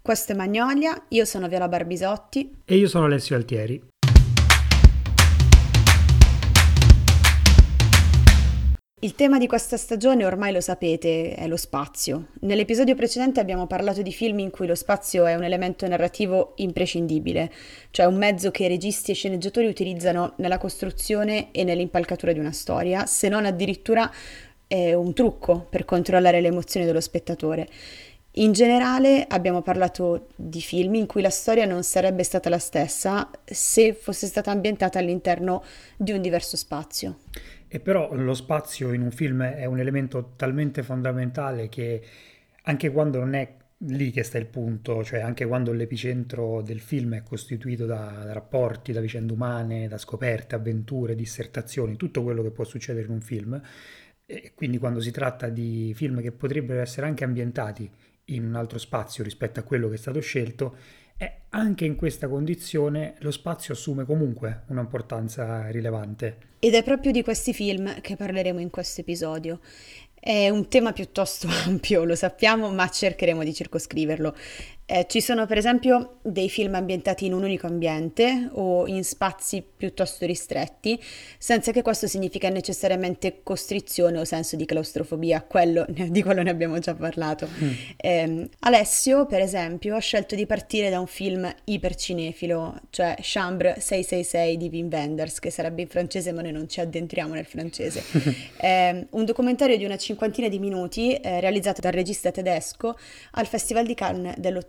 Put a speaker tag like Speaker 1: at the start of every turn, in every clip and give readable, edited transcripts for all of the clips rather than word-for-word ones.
Speaker 1: Questo è Magnolia, io sono Viola Barbisotti.
Speaker 2: E io sono Alessio Altieri.
Speaker 1: Il tema di questa stagione, ormai lo sapete, è lo spazio. Nell'episodio precedente abbiamo parlato di film in cui lo spazio è un elemento narrativo imprescindibile, cioè un mezzo che registi e sceneggiatori utilizzano nella costruzione e nell'impalcatura di una storia, se non addirittura è un trucco per controllare le emozioni dello spettatore. In generale abbiamo parlato di film in cui la storia non sarebbe stata la stessa se fosse stata ambientata all'interno di un diverso spazio.
Speaker 2: E però lo spazio in un film è un elemento talmente fondamentale che anche quando non è lì che sta il punto, cioè anche quando l'epicentro del film è costituito da rapporti, da vicende umane, da scoperte, avventure, dissertazioni, tutto quello che può succedere in un film, e quindi quando si tratta di film che potrebbero essere anche ambientati in un altro spazio rispetto a quello che è stato scelto, anche in questa condizione lo spazio assume comunque un'importanza rilevante.
Speaker 1: Ed è proprio di questi film che parleremo in questo episodio. È un tema piuttosto ampio, lo sappiamo, ma cercheremo di circoscriverlo. Ci sono per esempio dei film ambientati in un unico ambiente o in spazi piuttosto ristretti, senza che questo significa necessariamente costrizione o senso di claustrofobia, di quello ne abbiamo già parlato. Alessio, per esempio, ha scelto di partire da un film ipercinefilo, cioè Chambre 666 di Wim Wenders, che sarebbe in francese, ma noi non ci addentriamo nel francese. Un documentario di una cinquantina di minuti, realizzato dal regista tedesco al Festival di Cannes dell'82.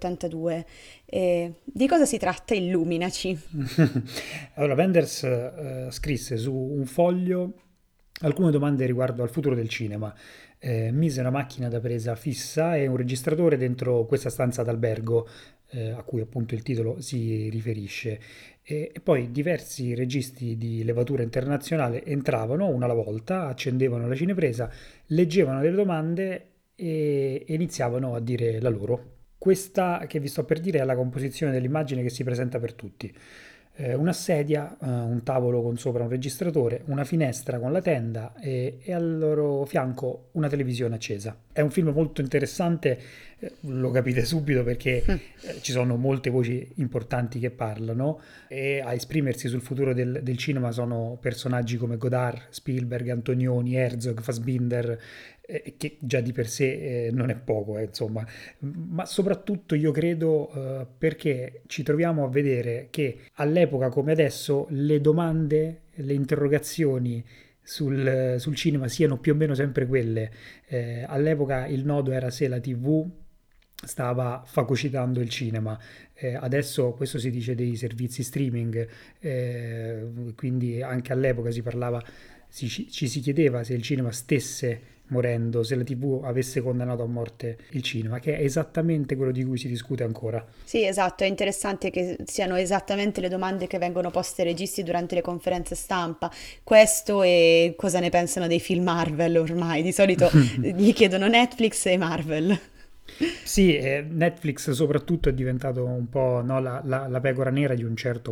Speaker 1: Di cosa si tratta? Illuminaci.
Speaker 2: Allora, Wenders scrisse su un foglio alcune domande riguardo al futuro del cinema. Mise una macchina da presa fissa e un registratore dentro questa stanza d'albergo, a cui appunto il titolo si riferisce. E poi diversi registi di levatura internazionale entravano una alla volta, accendevano la cinepresa, leggevano delle domande e iniziavano a dire la loro. Questa che vi sto per dire è la composizione dell'immagine che si presenta per tutti. Una sedia, un tavolo con sopra un registratore, una finestra con la tenda e al loro fianco una televisione accesa. È un film molto interessante, lo capite subito perché ci sono molte voci importanti che parlano e a esprimersi sul futuro del cinema sono personaggi come Godard, Spielberg, Antonioni, Herzog, Fassbinder, che già di per sé non è poco, insomma, ma soprattutto io credo perché ci troviamo a vedere che all'epoca come adesso le domande, le interrogazioni sul cinema siano più o meno sempre quelle. All'epoca il nodo era se la TV stava fagocitando il cinema. Adesso questo si dice dei servizi streaming, quindi anche all'epoca si parlava, ci si chiedeva se il cinema stesse morendo, se la TV avesse condannato a morte il cinema, che è esattamente quello di cui si discute ancora.
Speaker 1: Sì, esatto, è interessante che siano esattamente le domande che vengono poste ai registi durante le conferenze stampa. Questo e cosa ne pensano dei film Marvel ormai. Di solito gli chiedono Netflix e Marvel.
Speaker 2: Sì, Netflix soprattutto è diventato un po', no, la pecora nera di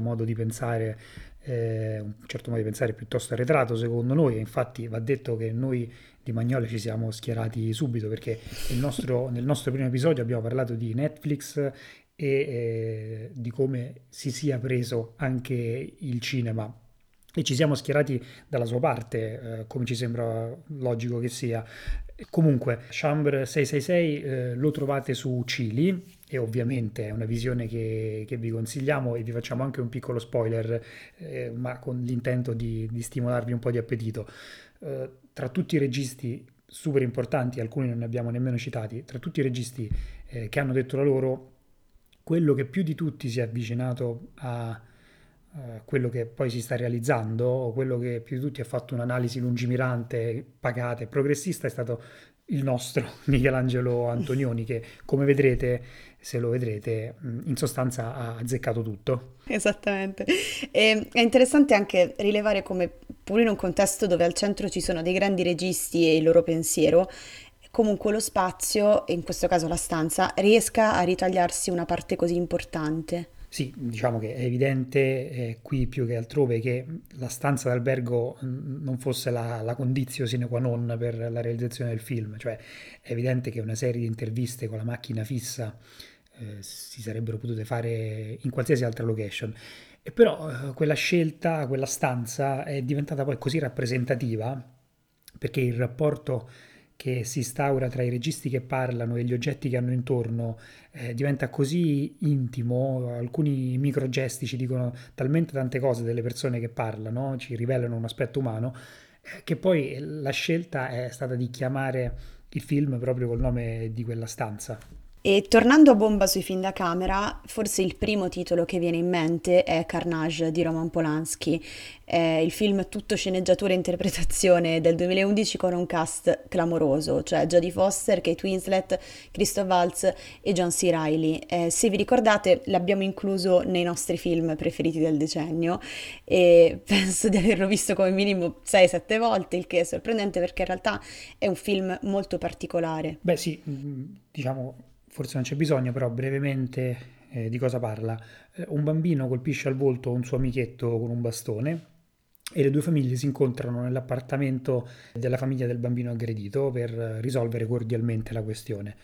Speaker 2: un certo modo di pensare piuttosto arretrato secondo noi, e infatti va detto che noi di Magnolia ci siamo schierati subito perché nel nostro primo episodio abbiamo parlato di Netflix e di come si sia preso anche il cinema e ci siamo schierati dalla sua parte, come ci sembra logico che sia. Comunque, Chambre 666 lo trovate su Cili e ovviamente è una visione che vi consigliamo e vi facciamo anche un piccolo spoiler, ma con l'intento di stimolarvi un po' di appetito. Tra tutti i registi super importanti, alcuni non ne abbiamo nemmeno citati, tra tutti i registi che hanno detto la loro, quello che più di tutti si è avvicinato a quello che poi si sta realizzando, o quello che più di tutti ha fatto un'analisi lungimirante, pacata e progressista, è stato il nostro Michelangelo Antonioni, che come vedrete, se lo vedrete, in sostanza ha azzeccato tutto.
Speaker 1: Esattamente. E è interessante anche rilevare come, pur in un contesto dove al centro ci sono dei grandi registi e il loro pensiero, comunque lo spazio, e in questo caso la stanza, riesca a ritagliarsi una parte così importante.
Speaker 2: Sì, diciamo che è evidente qui più che altrove che la stanza d'albergo non fosse la condizio sine qua non per la realizzazione del film, cioè è evidente che una serie di interviste con la macchina fissa si sarebbero potute fare in qualsiasi altra location. E però quella scelta, quella stanza è diventata poi così rappresentativa perché il rapporto che si instaura tra i registi che parlano e gli oggetti che hanno intorno diventa così intimo, alcuni microgesti ci dicono talmente tante cose delle persone che parlano, ci rivelano un aspetto umano, che poi la scelta è stata di chiamare il film proprio col nome di quella stanza.
Speaker 1: E tornando a bomba sui film da camera, forse il primo titolo che viene in mente è Carnage di Roman Polanski. È il film tutto sceneggiatura e interpretazione del 2011 con un cast clamoroso, cioè Jodie Foster, Kate Winslet, Christoph Waltz e John C. Reilly. Se vi ricordate, l'abbiamo incluso nei nostri film preferiti del decennio e penso di averlo visto come minimo 6-7 volte, il che è sorprendente perché in realtà è un film molto particolare.
Speaker 2: Beh sì, diciamo, forse non c'è bisogno, però brevemente di cosa parla. Un bambino colpisce al volto un suo amichetto con un bastone e le due famiglie si incontrano nell'appartamento della famiglia del bambino aggredito per risolvere cordialmente la questione.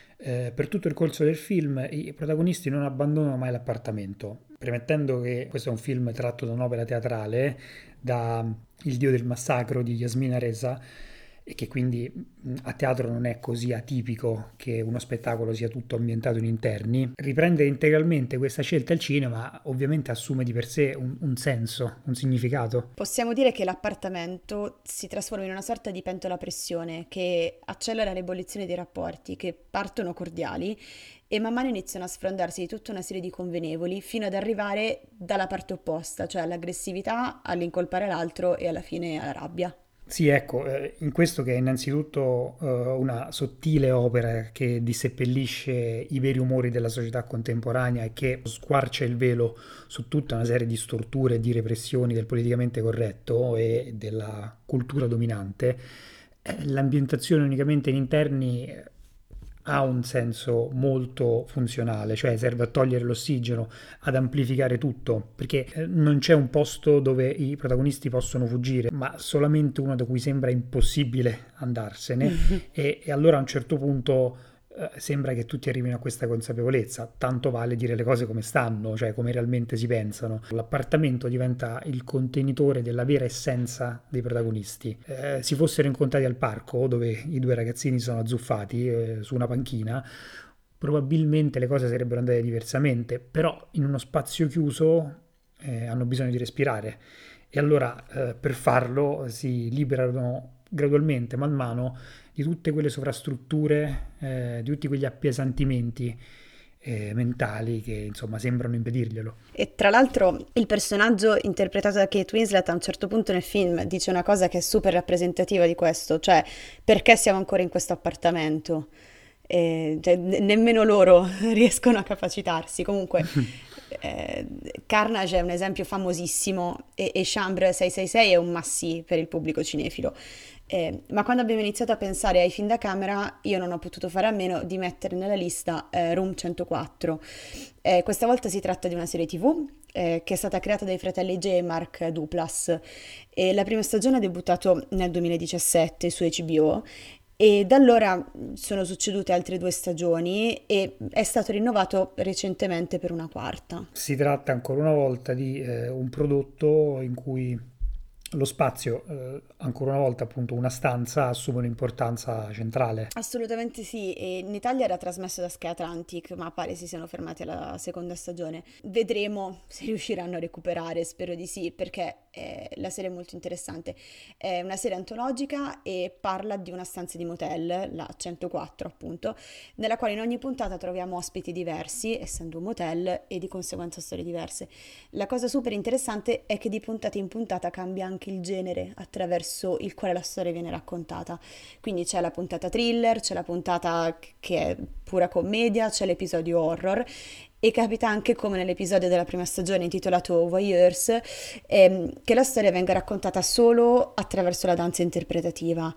Speaker 2: Per tutto il corso del film i protagonisti non abbandonano mai l'appartamento, premettendo che questo è un film tratto da un'opera teatrale, da Il Dio del Massacro di Yasmina Reza, e che quindi a teatro non è così atipico che uno spettacolo sia tutto ambientato in interni. Riprendere integralmente questa scelta al cinema ovviamente assume di per sé un senso, un significato.
Speaker 1: Possiamo dire che l'appartamento si trasforma in una sorta di pentola a pressione che accelera l'ebollizione dei rapporti che partono cordiali e man mano iniziano a sfrondarsi di tutta una serie di convenevoli fino ad arrivare dalla parte opposta, cioè all'aggressività, all'incolpare l'altro e alla fine alla rabbia.
Speaker 2: Sì, ecco, in questo che è innanzitutto una sottile opera che disseppellisce i veri umori della società contemporanea e che squarcia il velo su tutta una serie di storture e di repressioni del politicamente corretto e della cultura dominante, l'ambientazione unicamente in interni ha un senso molto funzionale, cioè serve a togliere l'ossigeno, ad amplificare tutto, perché non c'è un posto dove i protagonisti possono fuggire, ma solamente uno da cui sembra impossibile andarsene e allora a un certo punto sembra che tutti arrivino a questa consapevolezza, tanto vale dire le cose come stanno, cioè come realmente si pensano. L'appartamento diventa il contenitore della vera essenza dei protagonisti. Si fossero incontrati al parco, dove i due ragazzini sono azzuffati su una panchina, probabilmente le cose sarebbero andate diversamente, però in uno spazio chiuso hanno bisogno di respirare e allora per farlo si liberano gradualmente, man mano, di tutte quelle sovrastrutture, di tutti quegli appesantimenti mentali che insomma sembrano impedirglielo.
Speaker 1: E tra l'altro il personaggio interpretato da Kate Winslet a un certo punto nel film dice una cosa che è super rappresentativa di questo, cioè perché siamo ancora in questo appartamento? Cioè, nemmeno loro riescono a capacitarsi. Comunque, Carnage è un esempio famosissimo e Chambre 666 è un massì per il pubblico cinefilo. Ma quando abbiamo iniziato a pensare ai film da camera, io non ho potuto fare a meno di mettere nella lista Room 104. Questa volta si tratta di una serie TV che è stata creata dai fratelli J e Mark Duplass. La prima stagione ha debuttato nel 2017 su HBO e da allora sono succedute altre 2 stagioni e è stato rinnovato recentemente per una quarta.
Speaker 2: Si tratta ancora una volta di un prodotto in cui lo spazio, ancora una volta appunto una stanza, assume un'importanza centrale.
Speaker 1: Assolutamente sì, e in Italia era trasmesso da Sky Atlantic, ma pare si siano fermati alla seconda stagione. Vedremo se riusciranno a recuperare, spero di sì, perché la serie è molto interessante. È una serie antologica e parla di una stanza di motel, la 104 appunto, nella quale in ogni puntata troviamo ospiti diversi, essendo un motel, e di conseguenza storie diverse. La cosa super interessante è che di puntata in puntata cambia anche il genere attraverso il quale la storia viene raccontata. Quindi c'è la puntata thriller, c'è la puntata che è pura commedia, c'è l'episodio horror e capita anche come nell'episodio della prima stagione intitolato Voyeurs che la storia venga raccontata solo attraverso la danza interpretativa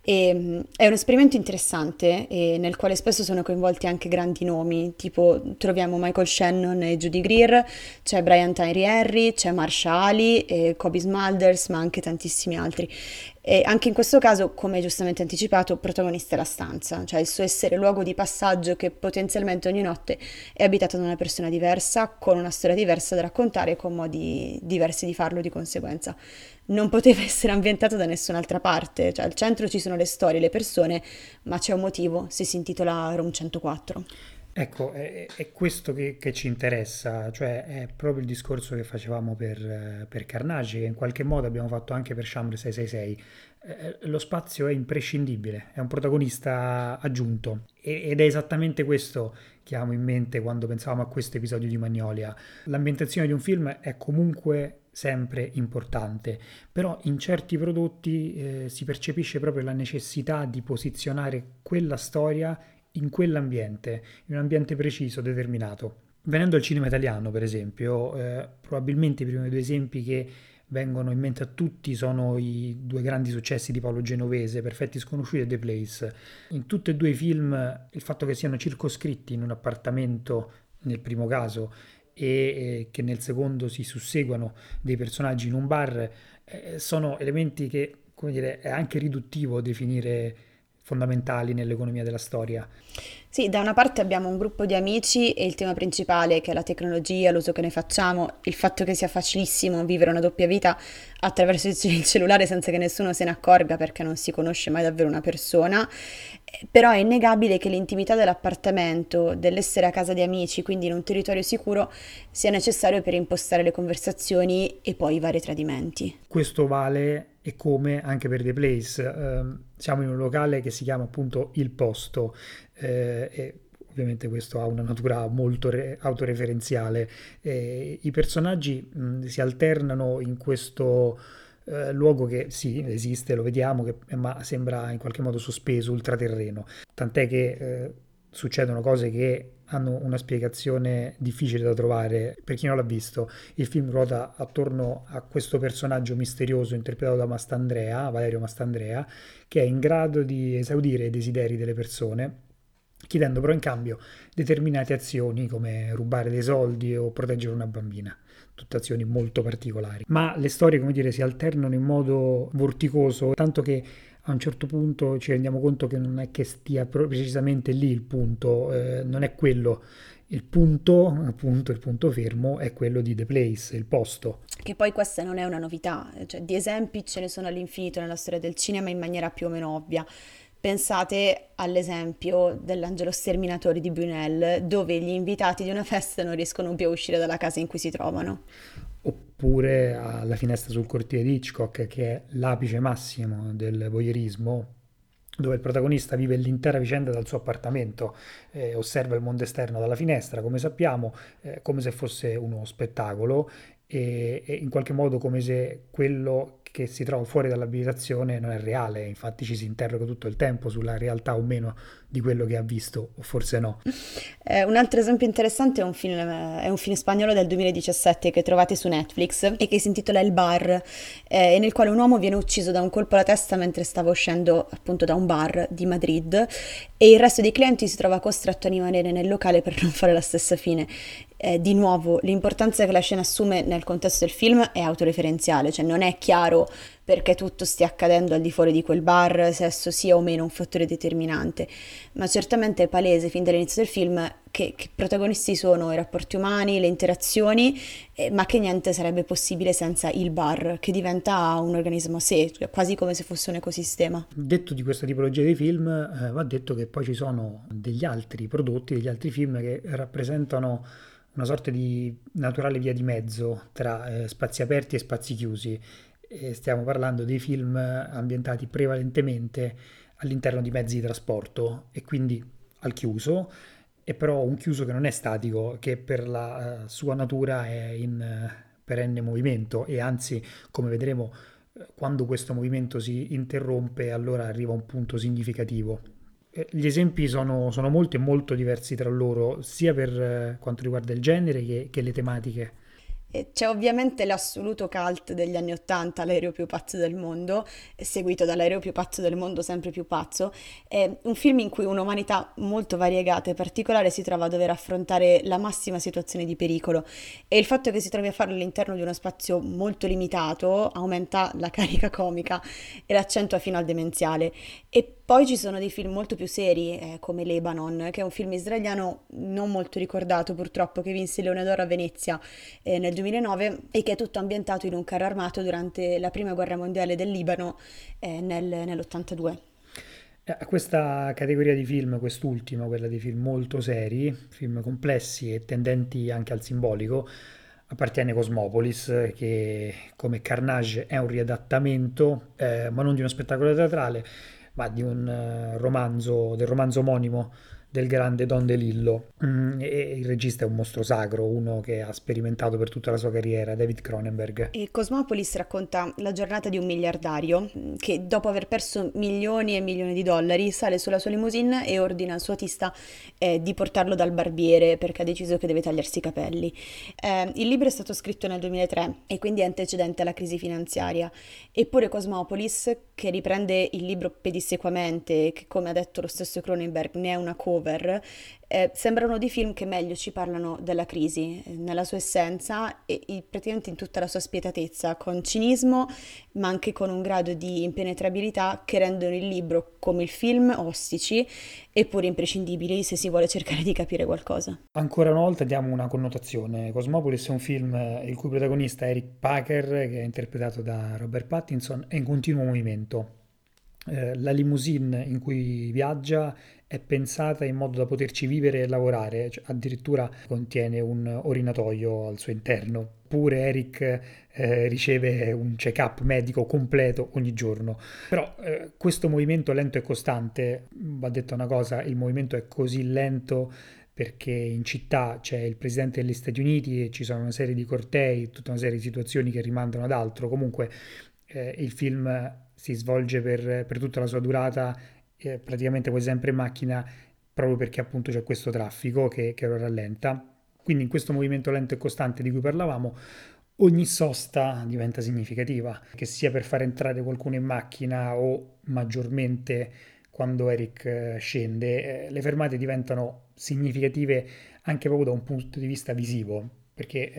Speaker 1: È un esperimento interessante e nel quale spesso sono coinvolti anche grandi nomi, tipo troviamo Michael Shannon e Judy Greer, c'è Brian Tyree Henry, c'è Marsha Ali, e Kobe Smulders, ma anche tantissimi altri. E anche in questo caso, come giustamente anticipato, protagonista è la stanza, cioè il suo essere luogo di passaggio che potenzialmente ogni notte è abitato da una persona diversa, con una storia diversa da raccontare e con modi diversi di farlo di conseguenza. Non poteva essere ambientato da nessun'altra parte, cioè al centro ci sono le storie, le persone, ma c'è un motivo se si intitola Room 104.
Speaker 2: Ecco, è questo che ci interessa, cioè è proprio il discorso che facevamo per Carnage, che in qualche modo abbiamo fatto anche per Chambre 666. Lo spazio è imprescindibile, è un protagonista aggiunto ed è esattamente questo che avevamo in mente quando pensavamo a questo episodio di Magnolia. L'ambientazione di un film è comunque sempre importante, però in certi prodotti si percepisce proprio la necessità di posizionare quella storia in quell'ambiente, in un ambiente preciso, determinato. Venendo al cinema italiano, per esempio, probabilmente i primi due esempi che vengono in mente a tutti sono i due grandi successi di Paolo Genovese, Perfetti Sconosciuti e The Place. In tutti e due i film il fatto che siano circoscritti in un appartamento nel primo caso e che nel secondo si susseguano dei personaggi in un bar sono elementi che, come dire, è anche riduttivo definire fondamentali nell'economia della storia.
Speaker 1: Sì, da una parte abbiamo un gruppo di amici e il tema principale che è la tecnologia, l'uso che ne facciamo, il fatto che sia facilissimo vivere una doppia vita attraverso il cellulare senza che nessuno se ne accorga perché non si conosce mai davvero una persona, però è innegabile che l'intimità dell'appartamento, dell'essere a casa di amici, quindi in un territorio sicuro, sia necessario per impostare le conversazioni e poi i vari tradimenti.
Speaker 2: Questo vale e come anche per The Place. Siamo in un locale che si chiama appunto Il Posto e ovviamente questo ha una natura molto autoreferenziale. I personaggi si alternano in questo luogo che sì, esiste, lo vediamo, ma sembra in qualche modo sospeso, ultraterreno. Tant'è che succedono cose che hanno una spiegazione difficile da trovare per chi non l'ha visto. Il film ruota attorno a questo personaggio misterioso interpretato da Mastandrea, Valerio Mastandrea, che è in grado di esaudire i desideri delle persone, chiedendo però in cambio determinate azioni come rubare dei soldi o proteggere una bambina. Tutte azioni molto particolari. Ma le storie, come dire, si alternano in modo vorticoso, tanto che a un certo punto ci rendiamo conto che non è che stia precisamente lì il punto, non è quello. Il punto, appunto, il punto fermo è quello di The Place, il posto.
Speaker 1: Che poi questa non è una novità, cioè di esempi ce ne sono all'infinito nella storia del cinema in maniera più o meno ovvia. Pensate all'esempio dell'Angelo Sterminatore di Bunel, dove gli invitati di una festa non riescono più a uscire dalla casa in cui si trovano.
Speaker 2: Oppure alla finestra sul cortile di Hitchcock, che è l'apice massimo del voyeurismo, dove il protagonista vive l'intera vicenda dal suo appartamento, osserva il mondo esterno dalla finestra, come sappiamo, come se fosse uno spettacolo e in qualche modo come se quello che si trova fuori dall'abitazione non è reale, infatti ci si interroga tutto il tempo sulla realtà o meno di quello che ha visto, o forse no.
Speaker 1: Un altro esempio interessante è un film spagnolo del 2017 che trovate su Netflix e che si intitola Il Bar, e nel quale un uomo viene ucciso da un colpo alla testa mentre stava uscendo appunto da un bar di Madrid e il resto dei clienti si trova costretto a rimanere nel locale per non fare la stessa fine. Di nuovo, l'importanza che la scena assume nel contesto del film è autoreferenziale, cioè non è chiaro perché tutto stia accadendo al di fuori di quel bar, se esso sia o meno un fattore determinante, ma certamente è palese fin dall'inizio del film che protagonisti sono i rapporti umani, le interazioni, ma che niente sarebbe possibile senza il bar, che diventa un organismo a sé, cioè quasi come se fosse un ecosistema.
Speaker 2: Detto di questa tipologia di film, va detto che poi ci sono degli altri prodotti, degli altri film che rappresentano una sorta di naturale via di mezzo tra spazi aperti e spazi chiusi. E stiamo parlando dei film ambientati prevalentemente all'interno di mezzi di trasporto e quindi al chiuso, e però un chiuso che non è statico, che per la sua natura è in perenne movimento e anzi, come vedremo, quando questo movimento si interrompe, allora arriva un punto significativo. Gli esempi sono molti e molto diversi tra loro, sia per quanto riguarda il genere che le tematiche.
Speaker 1: E c'è ovviamente l'assoluto cult degli anni Ottanta, l'aereo più pazzo del mondo, seguito dall'aereo più pazzo del mondo, sempre più pazzo. È un film in cui un'umanità molto variegata e particolare si trova a dover affrontare la massima situazione di pericolo. E il fatto che si trovi a farlo all'interno di uno spazio molto limitato aumenta la carica comica e l'accentua fino al demenziale. E poi ci sono dei film molto più seri, come Lebanon, che è un film israeliano non molto ricordato purtroppo, che vinse il Leone d'Oro a Venezia nel 2009 e che è tutto ambientato in un carro armato durante la prima guerra mondiale del Libano nell'82.
Speaker 2: A questa categoria di film, quest'ultima, quella di film molto seri, film complessi e tendenti anche al simbolico, appartiene Cosmopolis, che come Carnage è un riadattamento, ma non di uno spettacolo teatrale, ma di un romanzo, del romanzo omonimo del grande Don DeLillo. E il regista è un mostro sacro, uno che ha sperimentato per tutta la sua carriera, David Cronenberg.
Speaker 1: E Cosmopolis racconta la giornata di un miliardario che dopo aver perso milioni e milioni di dollari sale sulla sua limousine e ordina al suo autista di portarlo dal barbiere perché ha deciso che deve tagliarsi i capelli. Il libro è stato scritto nel 2003 e quindi è antecedente alla crisi finanziaria. Eppure Cosmopolis, che riprende il libro pedissequamente, che come ha detto lo stesso Cronenberg ne è una cover, sembra uno dei film che meglio ci parlano della crisi, nella sua essenza e praticamente in tutta la sua spietatezza, con cinismo, ma anche con un grado di impenetrabilità che rendono il libro, come il film, ostici, eppure imprescindibili se si vuole cercare di capire qualcosa.
Speaker 2: Ancora una volta diamo una connotazione. Cosmopolis è un film il cui protagonista è Eric Packer, che è interpretato da Robert Pattinson, è in continuo movimento. La limousine in cui viaggia è pensata in modo da poterci vivere e lavorare, cioè, addirittura contiene un orinatoio al suo interno. Pure Eric riceve un check-up medico completo ogni giorno. Però questo movimento lento e costante, va detta una cosa, il movimento è così lento perché in città c'è il presidente degli Stati Uniti e ci sono una serie di cortei, tutta una serie di situazioni che rimandano ad altro. Comunque il film si svolge per tutta la sua durata, praticamente poi sempre in macchina, proprio perché appunto c'è questo traffico che lo rallenta. Quindi in questo movimento lento e costante di cui parlavamo, ogni sosta diventa significativa, che sia per far entrare qualcuno in macchina o maggiormente quando Eric scende, le fermate diventano significative anche proprio da un punto di vista visivo, perché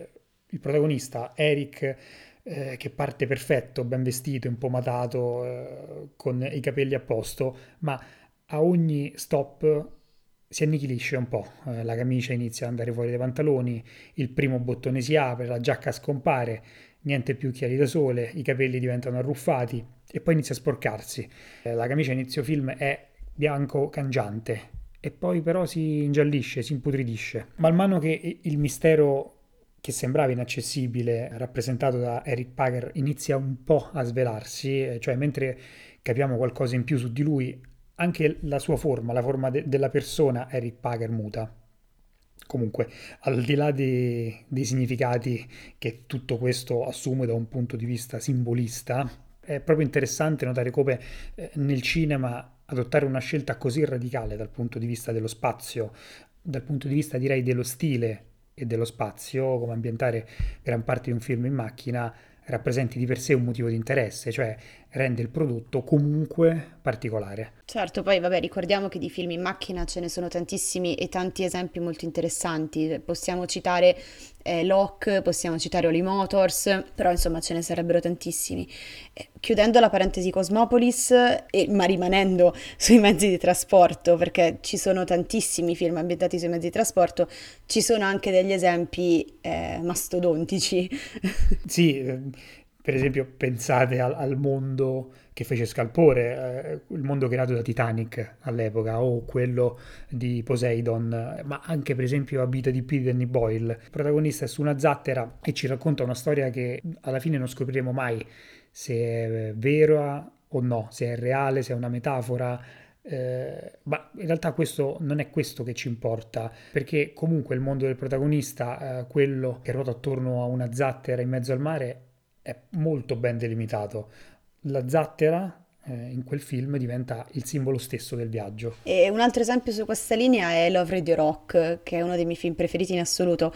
Speaker 2: il protagonista, Eric, che parte perfetto, ben vestito, impomatato, con i capelli a posto, ma a ogni stop si annichilisce un po', la camicia inizia ad andare fuori dai pantaloni, il primo bottone si apre, la giacca scompare, niente più chiari da sole, i capelli diventano arruffati e poi inizia a sporcarsi. La camicia a inizio film è bianco cangiante e poi però si ingiallisce, si imputridisce. Man mano che il mistero che sembrava inaccessibile, rappresentato da Eric Packer, inizia un po' a svelarsi, cioè mentre capiamo qualcosa in più su di lui, anche la sua forma, la forma della persona Eric Packer muta. Comunque, al di là dei significati che tutto questo assume da un punto di vista simbolista, è proprio interessante notare come nel cinema adottare una scelta così radicale dal punto di vista dello spazio, dal punto di vista direi dello stile e dello spazio, come ambientare gran parte di un film in macchina, rappresenti di per sé un motivo di interesse, cioè rende il prodotto comunque particolare.
Speaker 1: Certo, poi vabbè, ricordiamo che di film in macchina ce ne sono tantissimi e tanti esempi molto interessanti. Possiamo citare Locke, possiamo citare Holly Motors, però insomma ce ne sarebbero tantissimi. Chiudendo la parentesi Cosmopolis, ma rimanendo sui mezzi di trasporto, perché ci sono tantissimi film ambientati sui mezzi di trasporto, ci sono anche degli esempi mastodontici.
Speaker 2: Sì, per esempio pensate al mondo che fece Scalpore, il mondo creato da Titanic all'epoca, o quello di Poseidon, ma anche per esempio A vita di P. di Danny Boyle. Il protagonista è su una zattera e ci racconta una storia che alla fine non scopriremo mai se è vera o no, se è reale, se è una metafora. Ma in realtà questo non è questo che ci importa, perché comunque il mondo del protagonista, quello che ruota attorno a una zattera in mezzo al mare, è molto ben delimitato. La zattera in quel film diventa il simbolo stesso del viaggio.
Speaker 1: E un altro esempio su questa linea è Love Radio Rock, che è uno dei miei film preferiti in assoluto.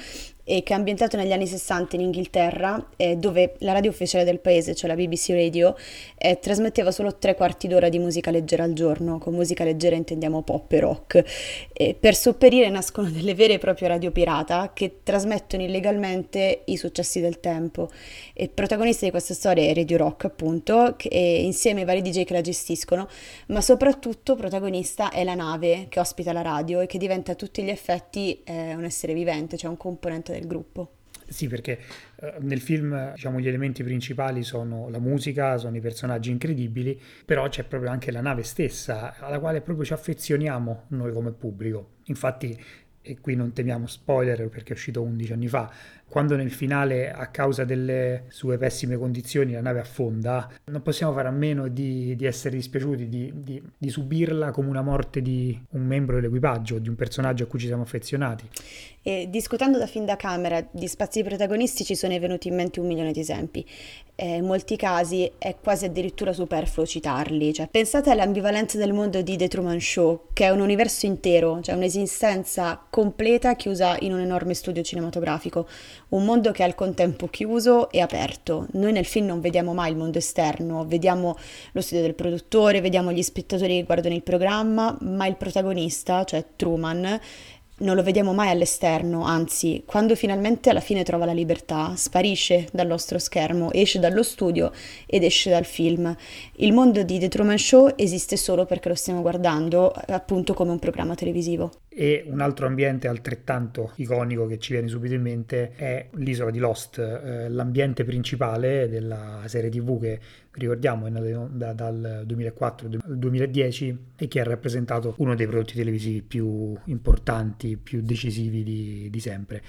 Speaker 1: e che è ambientato negli anni 60 in Inghilterra, dove la radio ufficiale del paese, cioè la BBC Radio, trasmetteva solo 3 quarti d'ora di musica leggera al giorno. Con musica leggera intendiamo pop e rock. E per sopperire nascono delle vere e proprie radio pirata che trasmettono illegalmente i successi del tempo. E protagonista di questa storia è Radio Rock, appunto, e insieme ai vari DJ che la gestiscono, ma soprattutto protagonista è la nave che ospita la radio e che diventa a tutti gli effetti un essere vivente, cioè un componente del gruppo.
Speaker 2: Sì, perché nel film, diciamo, gli elementi principali sono la musica, sono i personaggi incredibili, però c'è proprio anche la nave stessa, alla quale proprio ci affezioniamo noi come pubblico. Infatti, e qui non temiamo spoiler perché è uscito 11 anni fa, quando nel finale, a causa delle sue pessime condizioni, la nave affonda, non possiamo fare a meno di essere dispiaciuti, di subirla come una morte di un membro dell'equipaggio, di un personaggio a cui ci siamo affezionati.
Speaker 1: E discutendo da fin da camera di spazi protagonistici sono venuti in mente 1 milione di esempi. In molti casi è quasi addirittura superfluo citarli. Cioè, pensate all'ambivalenza del mondo di The Truman Show, che è un universo intero, cioè un'esistenza completa chiusa in un enorme studio cinematografico. Un mondo che è al contempo chiuso e aperto. Noi nel film non vediamo mai il mondo esterno, vediamo lo studio del produttore, vediamo gli spettatori che guardano il programma, ma il protagonista, cioè Truman, non lo vediamo mai all'esterno, anzi, quando finalmente alla fine trova la libertà, sparisce dal nostro schermo, esce dallo studio ed esce dal film. Il mondo di The Truman Show esiste solo perché lo stiamo guardando, appunto, come un programma televisivo.
Speaker 2: E un altro ambiente altrettanto iconico che ci viene subito in mente è l'isola di Lost, l'ambiente principale della serie TV che, ricordiamo, è nata dal 2004 al 2010 e che ha rappresentato uno dei prodotti televisivi più importanti, più decisivi di sempre.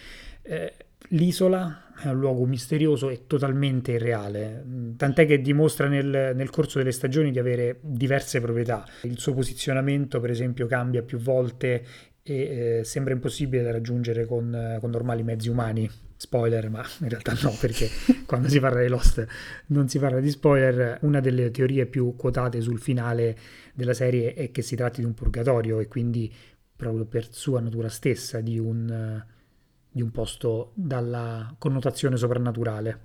Speaker 2: L'isola è un luogo misterioso e totalmente irreale, tant'è che dimostra nel corso delle stagioni di avere diverse proprietà. Il suo posizionamento, per esempio, cambia più volte e sembra impossibile da raggiungere con normali mezzi umani. Spoiler, ma in realtà no, perché quando si parla di Lost non si parla di spoiler. Una delle teorie più quotate sul finale della serie è che si tratti di un purgatorio e quindi proprio per sua natura stessa di un posto dalla connotazione soprannaturale.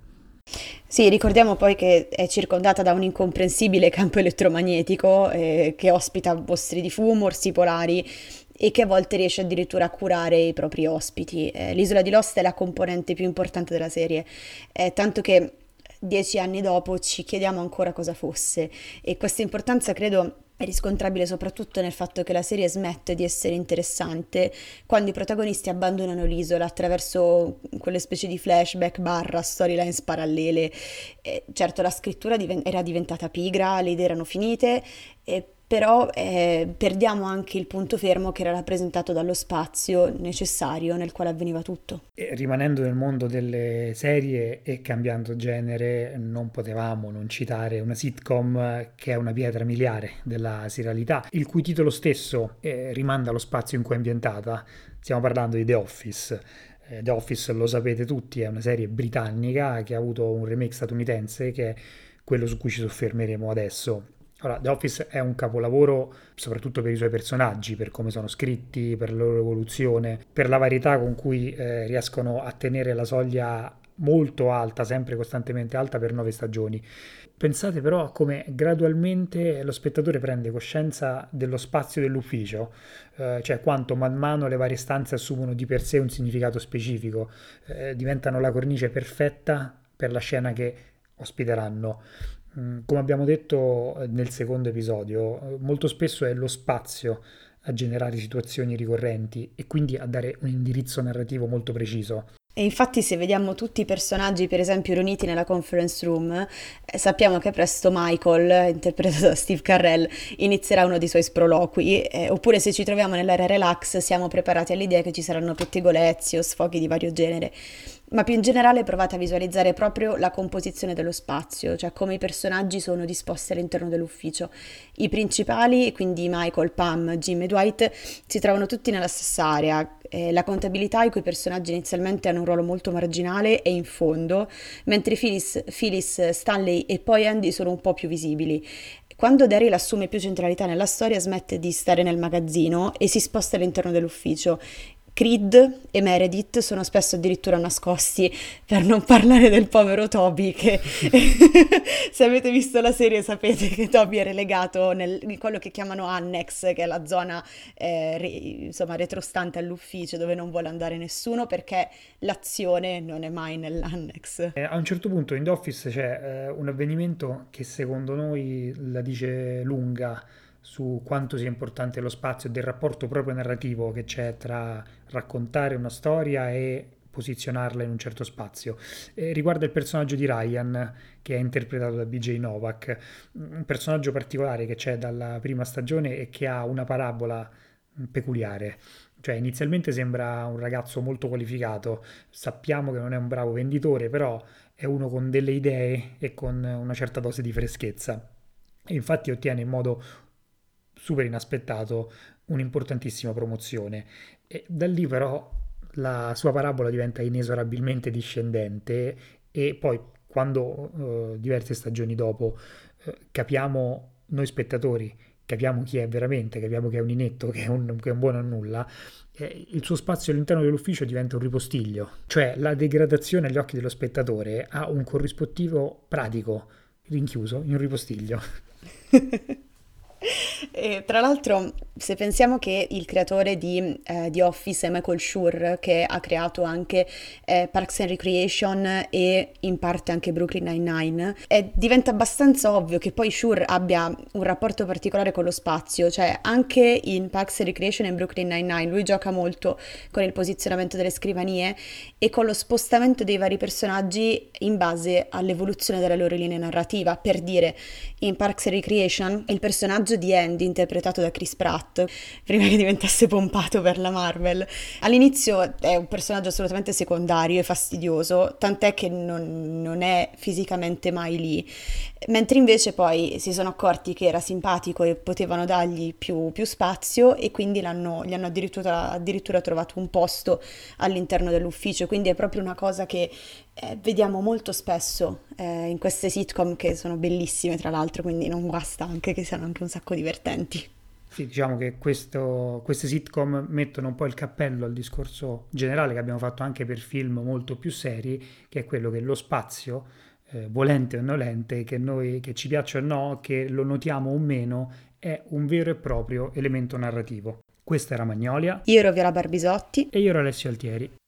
Speaker 1: Sì, ricordiamo poi che è circondata da un incomprensibile campo elettromagnetico che ospita mostri di fumo, orsi polari e che a volte riesce addirittura a curare i propri ospiti. L'isola di Lost è la componente più importante della serie, tanto che 10 anni dopo ci chiediamo ancora cosa fosse, e questa importanza credo è riscontrabile soprattutto nel fatto che la serie smette di essere interessante quando i protagonisti abbandonano l'isola attraverso quelle specie di flashback barra storylines parallele. Certo, la scrittura era diventata pigra, le idee erano finite, però perdiamo anche il punto fermo che era rappresentato dallo spazio necessario nel quale avveniva tutto.
Speaker 2: E rimanendo nel mondo delle serie e cambiando genere, non potevamo non citare una sitcom che è una pietra miliare della serialità, il cui titolo stesso rimanda allo spazio in cui è ambientata. Stiamo parlando di The Office. The Office, lo sapete tutti, è una serie britannica che ha avuto un remake statunitense, che è quello su cui ci soffermeremo adesso. Allora, The Office è un capolavoro soprattutto per i suoi personaggi, per come sono scritti, per la loro evoluzione, per la varietà con cui riescono a tenere la soglia molto alta, sempre costantemente alta per 9 stagioni. Pensate però a come gradualmente lo spettatore prende coscienza dello spazio dell'ufficio, cioè quanto man mano le varie stanze assumono di per sé un significato specifico, diventano la cornice perfetta per la scena che ospiteranno. Come abbiamo detto nel secondo episodio, molto spesso è lo spazio a generare situazioni ricorrenti e quindi a dare un indirizzo narrativo molto preciso.
Speaker 1: E infatti se vediamo tutti i personaggi, per esempio, riuniti nella conference room, sappiamo che presto Michael, interpretato da Steve Carell, inizierà uno dei suoi sproloqui, oppure se ci troviamo nell'area relax siamo preparati all'idea che ci saranno pettegolezzi o sfoghi di vario genere. Ma più in generale provate a visualizzare proprio la composizione dello spazio, cioè come i personaggi sono disposti all'interno dell'ufficio. I principali, quindi Michael, Pam, Jim e Dwight, si trovano tutti nella stessa area. La contabilità, i cui personaggi inizialmente hanno un ruolo molto marginale, è in fondo, mentre Phyllis, Stanley e poi Andy sono un po' più visibili. Quando Daryl assume più centralità nella storia, smette di stare nel magazzino e si sposta all'interno dell'ufficio. Creed e Meredith sono spesso addirittura nascosti, per non parlare del povero Toby che se avete visto la serie sapete che Toby è relegato in quello che chiamano Annex, che è la zona insomma retrostante all'ufficio dove non vuole andare nessuno perché l'azione non è mai nell'Annex.
Speaker 2: A un certo punto in The Office c'è un avvenimento che secondo noi la dice lunga su quanto sia importante lo spazio e del rapporto proprio narrativo che c'è tra raccontare una storia e posizionarla in un certo spazio. Riguarda il personaggio di Ryan, che è interpretato da BJ Novak, un personaggio particolare che c'è dalla prima stagione e che ha una parabola peculiare. Cioè, inizialmente sembra un ragazzo molto qualificato, sappiamo che non è un bravo venditore, però è uno con delle idee e con una certa dose di freschezza. E infatti ottiene in modo super inaspettato un'importantissima promozione. E da lì però la sua parabola diventa inesorabilmente discendente e poi quando diverse stagioni dopo capiamo noi spettatori, capiamo chi è veramente, capiamo che è un inetto, che è un buono a nulla, il suo spazio all'interno dell'ufficio diventa un ripostiglio, cioè la degradazione agli occhi dello spettatore ha un corrispettivo pratico, rinchiuso in un ripostiglio.
Speaker 1: E tra l'altro, se pensiamo che il creatore di Office è Michael Schur, che ha creato anche Parks and Recreation e in parte anche Brooklyn Nine-Nine, diventa abbastanza ovvio che poi Schur abbia un rapporto particolare con lo spazio, cioè anche in Parks and Recreation e Brooklyn Nine-Nine lui gioca molto con il posizionamento delle scrivanie e con lo spostamento dei vari personaggi in base all'evoluzione della loro linea narrativa. Per dire, in Parks and Recreation il personaggio di Andy, interpretato da Chris Pratt, prima che diventasse pompato per la Marvel, all'inizio è un personaggio assolutamente secondario e fastidioso, tant'è che non è fisicamente mai lì, mentre invece poi si sono accorti che era simpatico e potevano dargli più spazio e quindi gli hanno addirittura trovato un posto all'interno dell'ufficio, quindi è proprio una cosa che vediamo molto spesso in queste sitcom che sono bellissime tra l'altro, quindi non guasta anche che siano anche un sacco divertenti.
Speaker 2: Sì, diciamo che queste sitcom mettono un po' il cappello al discorso generale che abbiamo fatto anche per film molto più seri, che è quello che lo spazio, volente o nolente, che ci piaccia o no, che lo notiamo o meno, è un vero e proprio elemento narrativo. Questa era Magnolia
Speaker 1: Io ero Viola Barbisotti.
Speaker 2: e io ero Alessio Altieri.